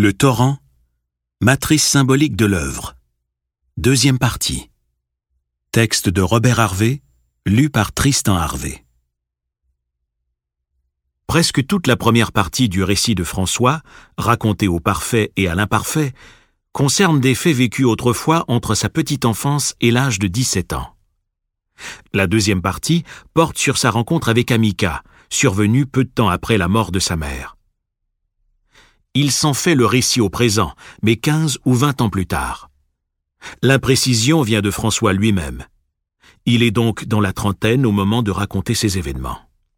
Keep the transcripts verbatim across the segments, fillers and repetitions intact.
Le torrent, matrice symbolique de l'œuvre. Deuxième partie. Texte de Robert Harvey, lu par Tristan Harvey. Presque toute la première partie du récit de François, raconté au parfait et à l'imparfait, concerne des faits vécus autrefois entre sa petite enfance et l'âge de dix-sept ans. La deuxième partie porte sur sa rencontre avec Amica, survenue peu de temps après la mort de sa mère. Il s'en fait le récit au présent, mais quinze ou vingt ans plus tard. L'imprécision vient de François lui-même. Il est donc dans la trentaine au moment de raconter ces événements.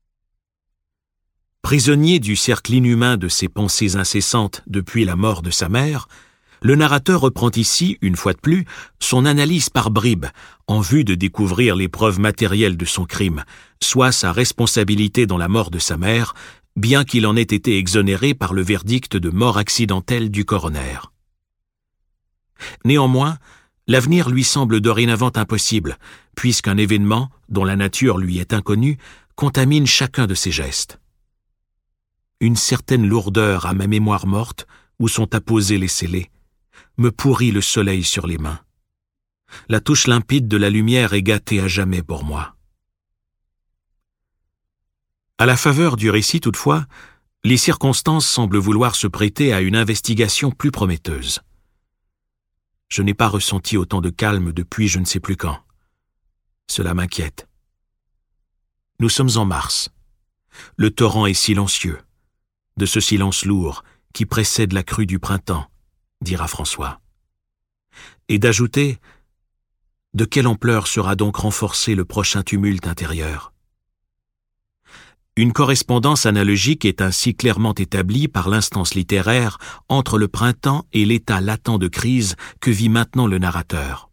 Prisonnier du cercle inhumain de ses pensées incessantes depuis la mort de sa mère, le narrateur reprend ici, une fois de plus, son analyse par bribes, en vue de découvrir les preuves matérielles de son crime, soit sa responsabilité dans la mort de sa mère, bien qu'il en ait été exonéré par le verdict de mort accidentelle du coroner. Néanmoins, l'avenir lui semble dorénavant impossible, puisqu'un événement, dont la nature lui est inconnue, contamine chacun de ses gestes. Une certaine lourdeur à ma mémoire morte, où sont apposés les scellés, me pourrit le soleil sur les mains. La touche limpide de la lumière est gâtée à jamais pour moi. À la faveur du récit, toutefois, les circonstances semblent vouloir se prêter à une investigation plus prometteuse. Je n'ai pas ressenti autant de calme depuis je ne sais plus quand. Cela m'inquiète. Nous sommes en mars. Le torrent est silencieux, de ce silence lourd qui précède la crue du printemps, dira François. Et d'ajouter, de quelle ampleur sera donc renforcé le prochain tumulte intérieur ? Une correspondance analogique est ainsi clairement établie par l'instance littéraire entre le printemps et l'état latent de crise que vit maintenant le narrateur.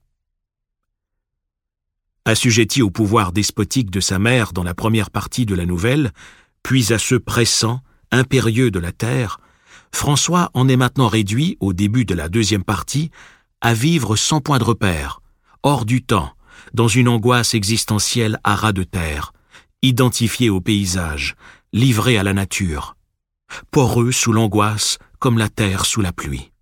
Assujetti au pouvoir despotique de sa mère dans la première partie de la nouvelle, puis à ceux pressants, impérieux de la terre, François en est maintenant réduit, au début de la deuxième partie, à vivre sans point de repère, hors du temps, dans une angoisse existentielle à ras de terre, identifié au paysage, livré à la nature, poreux sous l'angoisse comme la terre sous la pluie.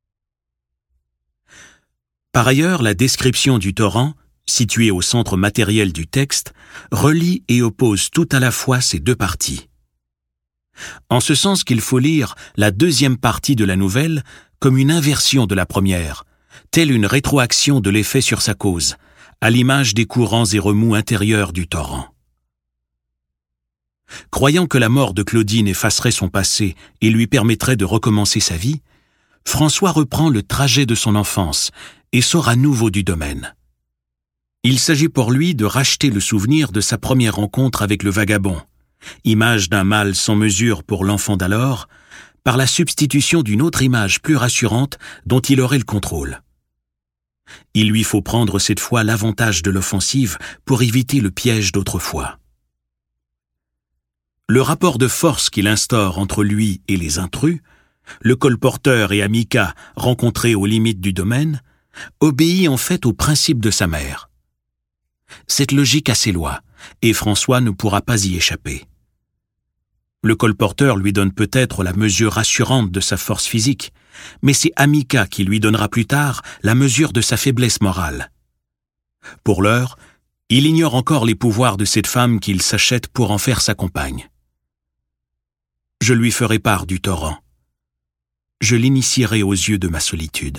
Par ailleurs, la description du torrent, située au centre matériel du texte, relie et oppose tout à la fois ces deux parties. En ce sens qu'il faut lire la deuxième partie de la nouvelle comme une inversion de la première, telle une rétroaction de l'effet sur sa cause, à l'image des courants et remous intérieurs du torrent. Croyant que la mort de Claudine effacerait son passé et lui permettrait de recommencer sa vie, François reprend le trajet de son enfance et sort à nouveau du domaine. Il s'agit pour lui de racheter le souvenir de sa première rencontre avec le vagabond, image d'un mal sans mesure pour l'enfant d'alors, par la substitution d'une autre image plus rassurante dont il aurait le contrôle. Il lui faut prendre cette fois l'avantage de l'offensive pour éviter le piège d'autrefois. Le rapport de force qu'il instaure entre lui et les intrus, le colporteur et Amica rencontrés aux limites du domaine, obéit en fait au principe de sa mère. Cette logique a ses lois, et François ne pourra pas y échapper. Le colporteur lui donne peut-être la mesure rassurante de sa force physique, mais c'est Amica qui lui donnera plus tard la mesure de sa faiblesse morale. Pour l'heure, il ignore encore les pouvoirs de cette femme qu'il s'achète pour en faire sa compagne. Je lui ferai part du torrent. Je l'initierai aux yeux de ma solitude.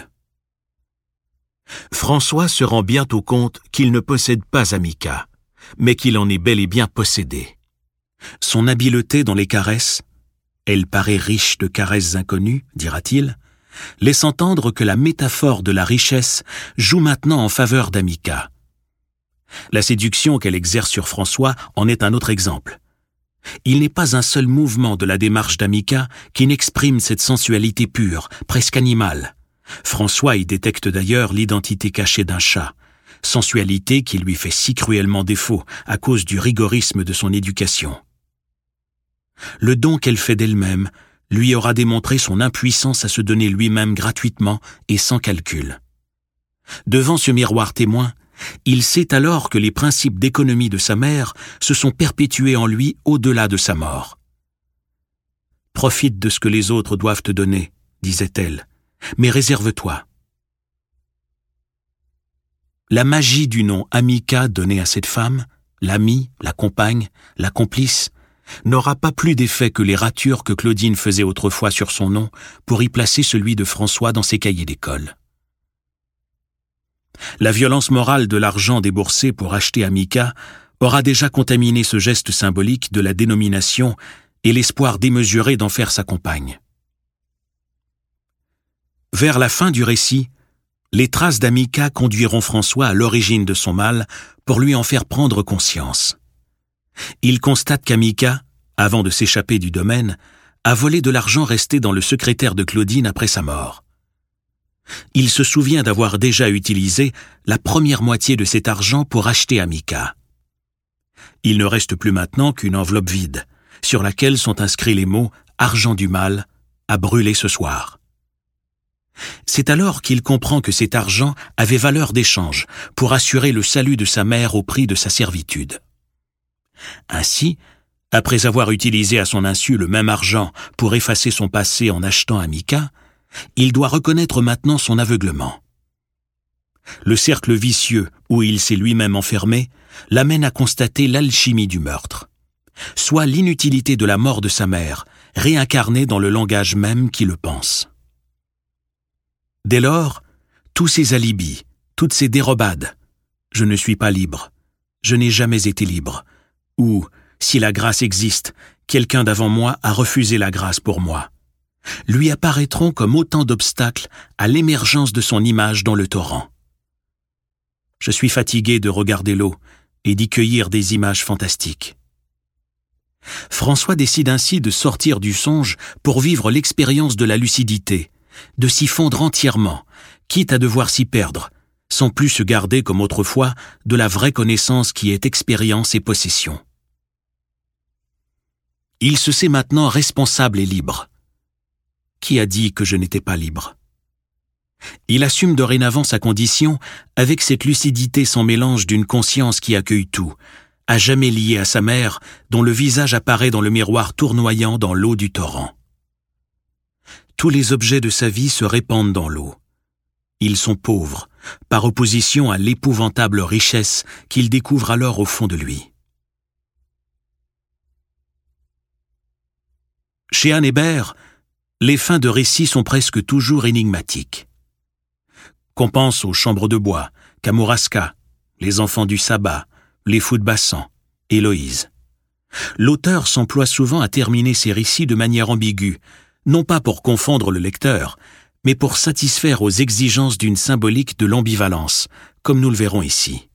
François se rend bientôt compte qu'il ne possède pas Amica, mais qu'il en est bel et bien possédé. Son habileté dans les caresses, elle paraît riche de caresses inconnues, dira-t-il, laisse entendre que la métaphore de la richesse joue maintenant en faveur d'Amica. La séduction qu'elle exerce sur François en est un autre exemple. Il n'est pas un seul mouvement de la démarche d'Amica qui n'exprime cette sensualité pure, presque animale. François y détecte d'ailleurs l'identité cachée d'un chat, sensualité qui lui fait si cruellement défaut à cause du rigorisme de son éducation. Le don qu'elle fait d'elle-même lui aura démontré son impuissance à se donner lui-même gratuitement et sans calcul. Devant ce miroir témoin, il sait alors que les principes d'économie de sa mère se sont perpétués en lui au-delà de sa mort. Profite de ce que les autres doivent te donner, disait-elle, mais réserve-toi. La magie du nom Amica donné à cette femme, l'amie, la compagne, la complice, n'aura pas plus d'effet que les ratures que Claudine faisait autrefois sur son nom pour y placer celui de François dans ses cahiers d'école. La violence morale de l'argent déboursé pour acheter Amica aura déjà contaminé ce geste symbolique de la dénomination et l'espoir démesuré d'en faire sa compagne. Vers la fin du récit, les traces d'Amica conduiront François à l'origine de son mal pour lui en faire prendre conscience. Il constate qu'Amica, avant de s'échapper du domaine, a volé de l'argent resté dans le secrétaire de Claudine après sa mort. Il se souvient d'avoir déjà utilisé la première moitié de cet argent pour acheter Amica. Il ne reste plus maintenant qu'une enveloppe vide, sur laquelle sont inscrits les mots « argent du mal, à brûler ce soir ». C'est alors qu'il comprend que cet argent avait valeur d'échange pour assurer le salut de sa mère au prix de sa servitude. Ainsi, après avoir utilisé à son insu le même argent pour effacer son passé en achetant Amica, il doit reconnaître maintenant son aveuglement. Le cercle vicieux où il s'est lui-même enfermé l'amène à constater l'alchimie du meurtre, soit l'inutilité de la mort de sa mère, réincarnée dans le langage même qui le pense. Dès lors, tous ces alibis, toutes ces dérobades, « je ne suis pas libre, je n'ai jamais été libre », ou « si la grâce existe, quelqu'un d'avant moi a refusé la grâce pour moi », lui apparaîtront comme autant d'obstacles à l'émergence de son image dans le torrent. Je suis fatigué de regarder l'eau et d'y cueillir des images fantastiques. François décide ainsi de sortir du songe pour vivre l'expérience de la lucidité, de s'y fondre entièrement, quitte à devoir s'y perdre, sans plus se garder comme autrefois de la vraie connaissance qui est expérience et possession. Il se sait maintenant responsable et libre. Qui a dit que je n'étais pas libre ? Il assume dorénavant sa condition avec cette lucidité sans mélange d'une conscience qui accueille tout, à jamais liée à sa mère, dont le visage apparaît dans le miroir tournoyant dans l'eau du torrent. Tous les objets de sa vie se répandent dans l'eau. Ils sont pauvres, par opposition à l'épouvantable richesse qu'il découvre alors au fond de lui. Chez Anne Hébert, les fins de récit sont presque toujours énigmatiques. Qu'on pense aux Chambres de bois, Kamouraska, les enfants du sabbat, les fous de Bassan, Héloïse. L'auteur s'emploie souvent à terminer ses récits de manière ambiguë, non pas pour confondre le lecteur, mais pour satisfaire aux exigences d'une symbolique de l'ambivalence, comme nous le verrons ici.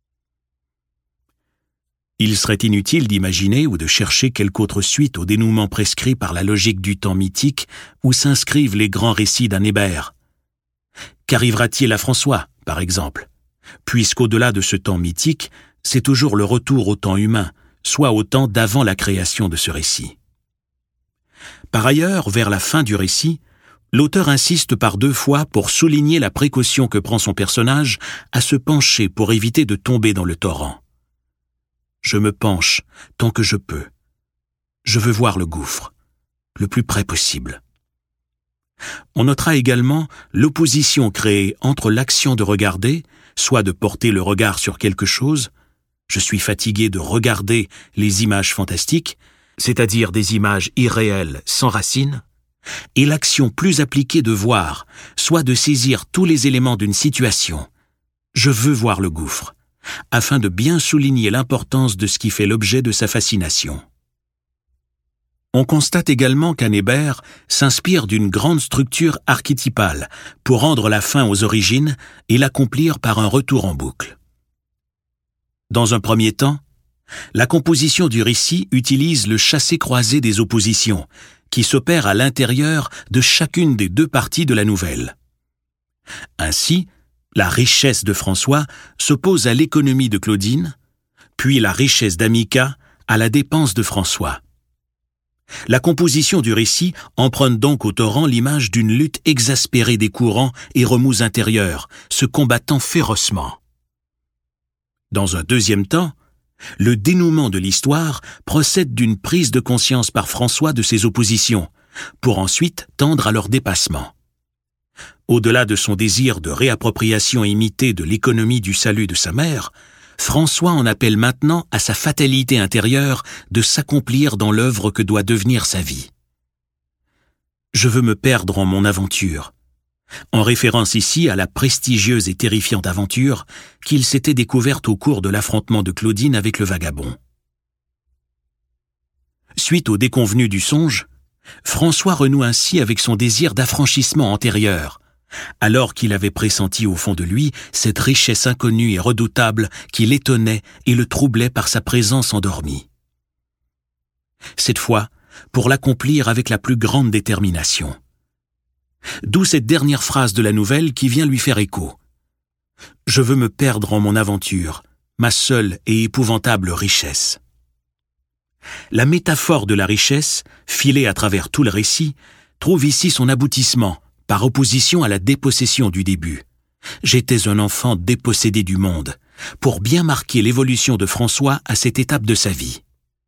Il serait inutile d'imaginer ou de chercher quelque autre suite au dénouement prescrit par la logique du temps mythique où s'inscrivent les grands récits d'Anne Hébert. Qu'arrivera-t-il à François, par exemple, puisqu'au-delà de ce temps mythique, c'est toujours le retour au temps humain, soit au temps d'avant la création de ce récit. Par ailleurs, vers la fin du récit, l'auteur insiste par deux fois pour souligner la précaution que prend son personnage à se pencher pour éviter de tomber dans le torrent. Je me penche tant que je peux. Je veux voir le gouffre, le plus près possible. On notera également l'opposition créée entre l'action de regarder, soit de porter le regard sur quelque chose, je suis fatigué de regarder les images fantastiques, c'est-à-dire des images irréelles sans racines, et l'action plus appliquée de voir, soit de saisir tous les éléments d'une situation. Je veux voir le gouffre, afin de bien souligner l'importance de ce qui fait l'objet de sa fascination. On constate également qu'Anne Hébert s'inspire d'une grande structure archétypale pour rendre la fin aux origines et l'accomplir par un retour en boucle. Dans un premier temps, la composition du récit utilise le chassé-croisé des oppositions, qui s'opère à l'intérieur de chacune des deux parties de la nouvelle. Ainsi, la richesse de François s'oppose à l'économie de Claudine, puis la richesse d'Amica à la dépense de François. La composition du récit emprunte donc au torrent l'image d'une lutte exaspérée des courants et remous intérieurs, se combattant férocement. Dans un deuxième temps, le dénouement de l'histoire procède d'une prise de conscience par François de ses oppositions, pour ensuite tendre à leur dépassement. Au-delà de son désir de réappropriation imitée de l'économie du salut de sa mère, François en appelle maintenant à sa fatalité intérieure de s'accomplir dans l'œuvre que doit devenir sa vie. « Je veux me perdre en mon aventure », en référence ici à la prestigieuse et terrifiante aventure qu'il s'était découverte au cours de l'affrontement de Claudine avec le vagabond. Suite au déconvenu du songe, François renoue ainsi avec son désir d'affranchissement antérieur, alors qu'il avait pressenti au fond de lui cette richesse inconnue et redoutable qui l'étonnait et le troublait par sa présence endormie. Cette fois, pour l'accomplir avec la plus grande détermination. D'où cette dernière phrase de la nouvelle qui vient lui faire écho. « Je veux me perdre en mon aventure, ma seule et épouvantable richesse. » La métaphore de la richesse, filée à travers tout le récit, trouve ici son aboutissement, par opposition à la dépossession du début. J'étais un enfant dépossédé du monde, pour bien marquer l'évolution de François à cette étape de sa vie.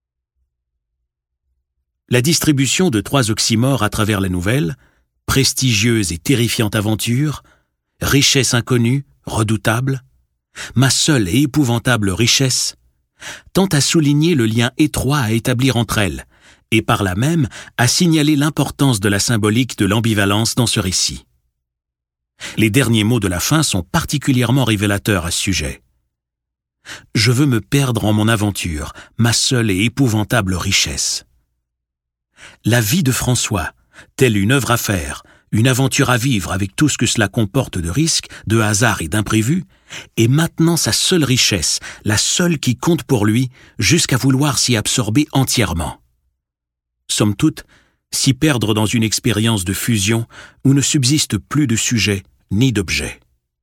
La distribution de trois oxymores à travers la nouvelle, prestigieuse et terrifiante aventure, richesse inconnue, redoutable, ma seule et épouvantable richesse, tend à souligner le lien étroit à établir entre elles, et par là même à signaler l'importance de la symbolique de l'ambivalence dans ce récit. Les derniers mots de la fin sont particulièrement révélateurs à ce sujet. « Je veux me perdre en mon aventure, ma seule et épouvantable richesse. » La vie de François, telle une œuvre à faire, une aventure à vivre avec tout ce que cela comporte de risques, de hasards et d'imprévus, est maintenant sa seule richesse, la seule qui compte pour lui, jusqu'à vouloir s'y absorber entièrement. Somme toute, s'y perdre dans une expérience de fusion où ne subsiste plus de sujet ni d'objet.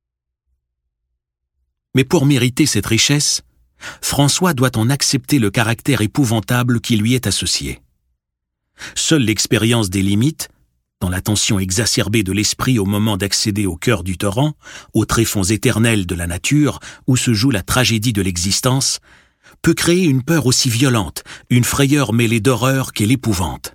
Mais pour mériter cette richesse, François doit en accepter le caractère épouvantable qui lui est associé. Seule l'expérience des limites, dans la tension exacerbée de l'esprit au moment d'accéder au cœur du torrent, aux tréfonds éternels de la nature où se joue la tragédie de l'existence, peut créer une peur aussi violente, une frayeur mêlée d'horreur qu'est l'épouvante.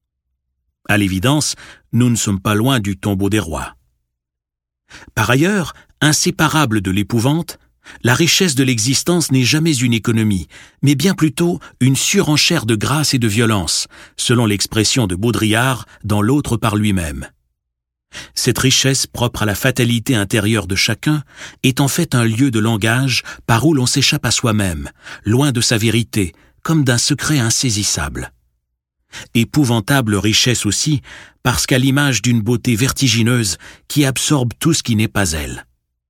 À l'évidence, nous ne sommes pas loin du tombeau des rois. Par ailleurs, inséparable de l'épouvante, la richesse de l'existence n'est jamais une économie, mais bien plutôt une surenchère de grâce et de violence, selon l'expression de Baudrillard dans L'autre par lui-même. Cette richesse propre à la fatalité intérieure de chacun est en fait un lieu de langage par où l'on s'échappe à soi-même, loin de sa vérité, comme d'un secret insaisissable. Épouvantable richesse aussi, parce qu'à l'image d'une beauté vertigineuse qui absorbe tout ce qui n'est pas elle.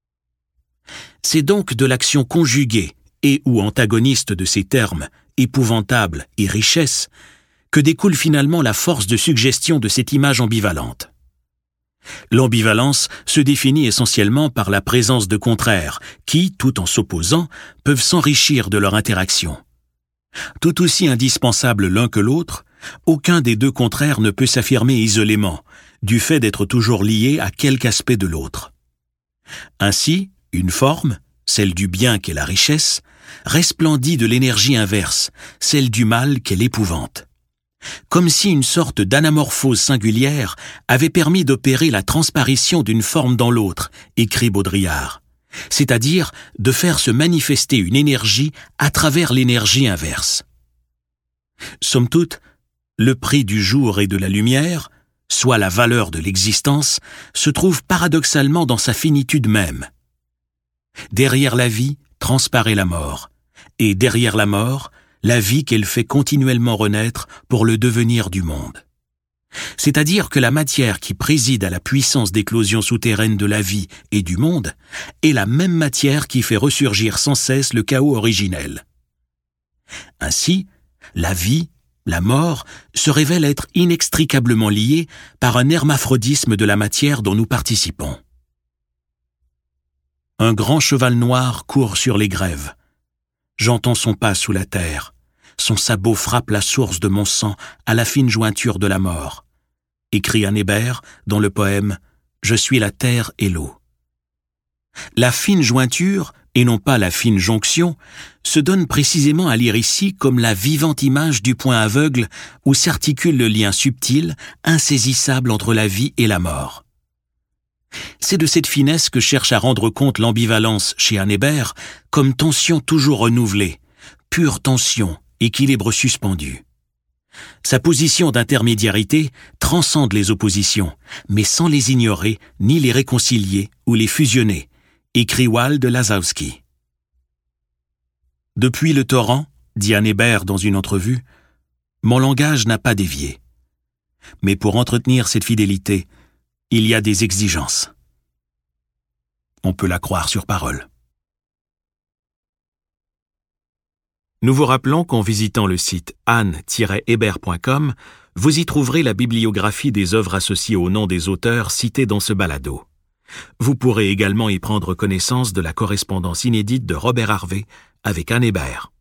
C'est donc de l'action conjuguée et ou antagoniste de ces termes, épouvantable et richesse, que découle finalement la force de suggestion de cette image ambivalente. L'ambivalence se définit essentiellement par la présence de contraires qui, tout en s'opposant, peuvent s'enrichir de leur interaction. Tout aussi indispensables l'un que l'autre, aucun des deux contraires ne peut s'affirmer isolément, du fait d'être toujours lié à quelque aspect de l'autre. Ainsi, une forme, celle du bien qu'est la richesse, resplendit de l'énergie inverse, celle du mal qu'est l'épouvante. Comme si une sorte d'anamorphose singulière avait permis d'opérer la transparition d'une forme dans l'autre, écrit Baudrillard, c'est-à-dire de faire se manifester une énergie à travers l'énergie inverse. Somme toute, le prix du jour et de la lumière, soit la valeur de l'existence, se trouve paradoxalement dans sa finitude même. Derrière la vie transparaît la mort, et derrière la mort, la vie qu'elle fait continuellement renaître pour le devenir du monde. C'est-à-dire que la matière qui préside à la puissance d'éclosion souterraine de la vie et du monde est la même matière qui fait ressurgir sans cesse le chaos originel. Ainsi, la vie, la mort, se révèlent être inextricablement liées par un hermaphrodisme de la matière dont nous participons. Un grand cheval noir court sur les grèves. J'entends son pas sous la terre. Son sabot frappe la source de mon sang à la fine jointure de la mort. Écrit Anne Hébert dans le poème « Je suis la terre et l'eau ». La fine jointure, et non pas la fine jonction, se donne précisément à lire ici comme la vivante image du point aveugle où s'articule le lien subtil, insaisissable entre la vie et la mort. C'est de cette finesse que cherche à rendre compte l'ambivalence chez Anne Hébert comme tension toujours renouvelée, pure tension, équilibre suspendu. Sa position d'intermédiarité transcende les oppositions, mais sans les ignorer ni les réconcilier ou les fusionner, écrit Walde Lazowski. Depuis le torrent, dit Anne Hébert dans une entrevue, mon langage n'a pas dévié. Mais pour entretenir cette fidélité, il y a des exigences. On peut la croire sur parole. Nous vous rappelons qu'en visitant le site anne tiret hébert point com, vous y trouverez la bibliographie des œuvres associées au nom des auteurs cités dans ce balado. Vous pourrez également y prendre connaissance de la correspondance inédite de Robert Harvey avec Anne Hébert.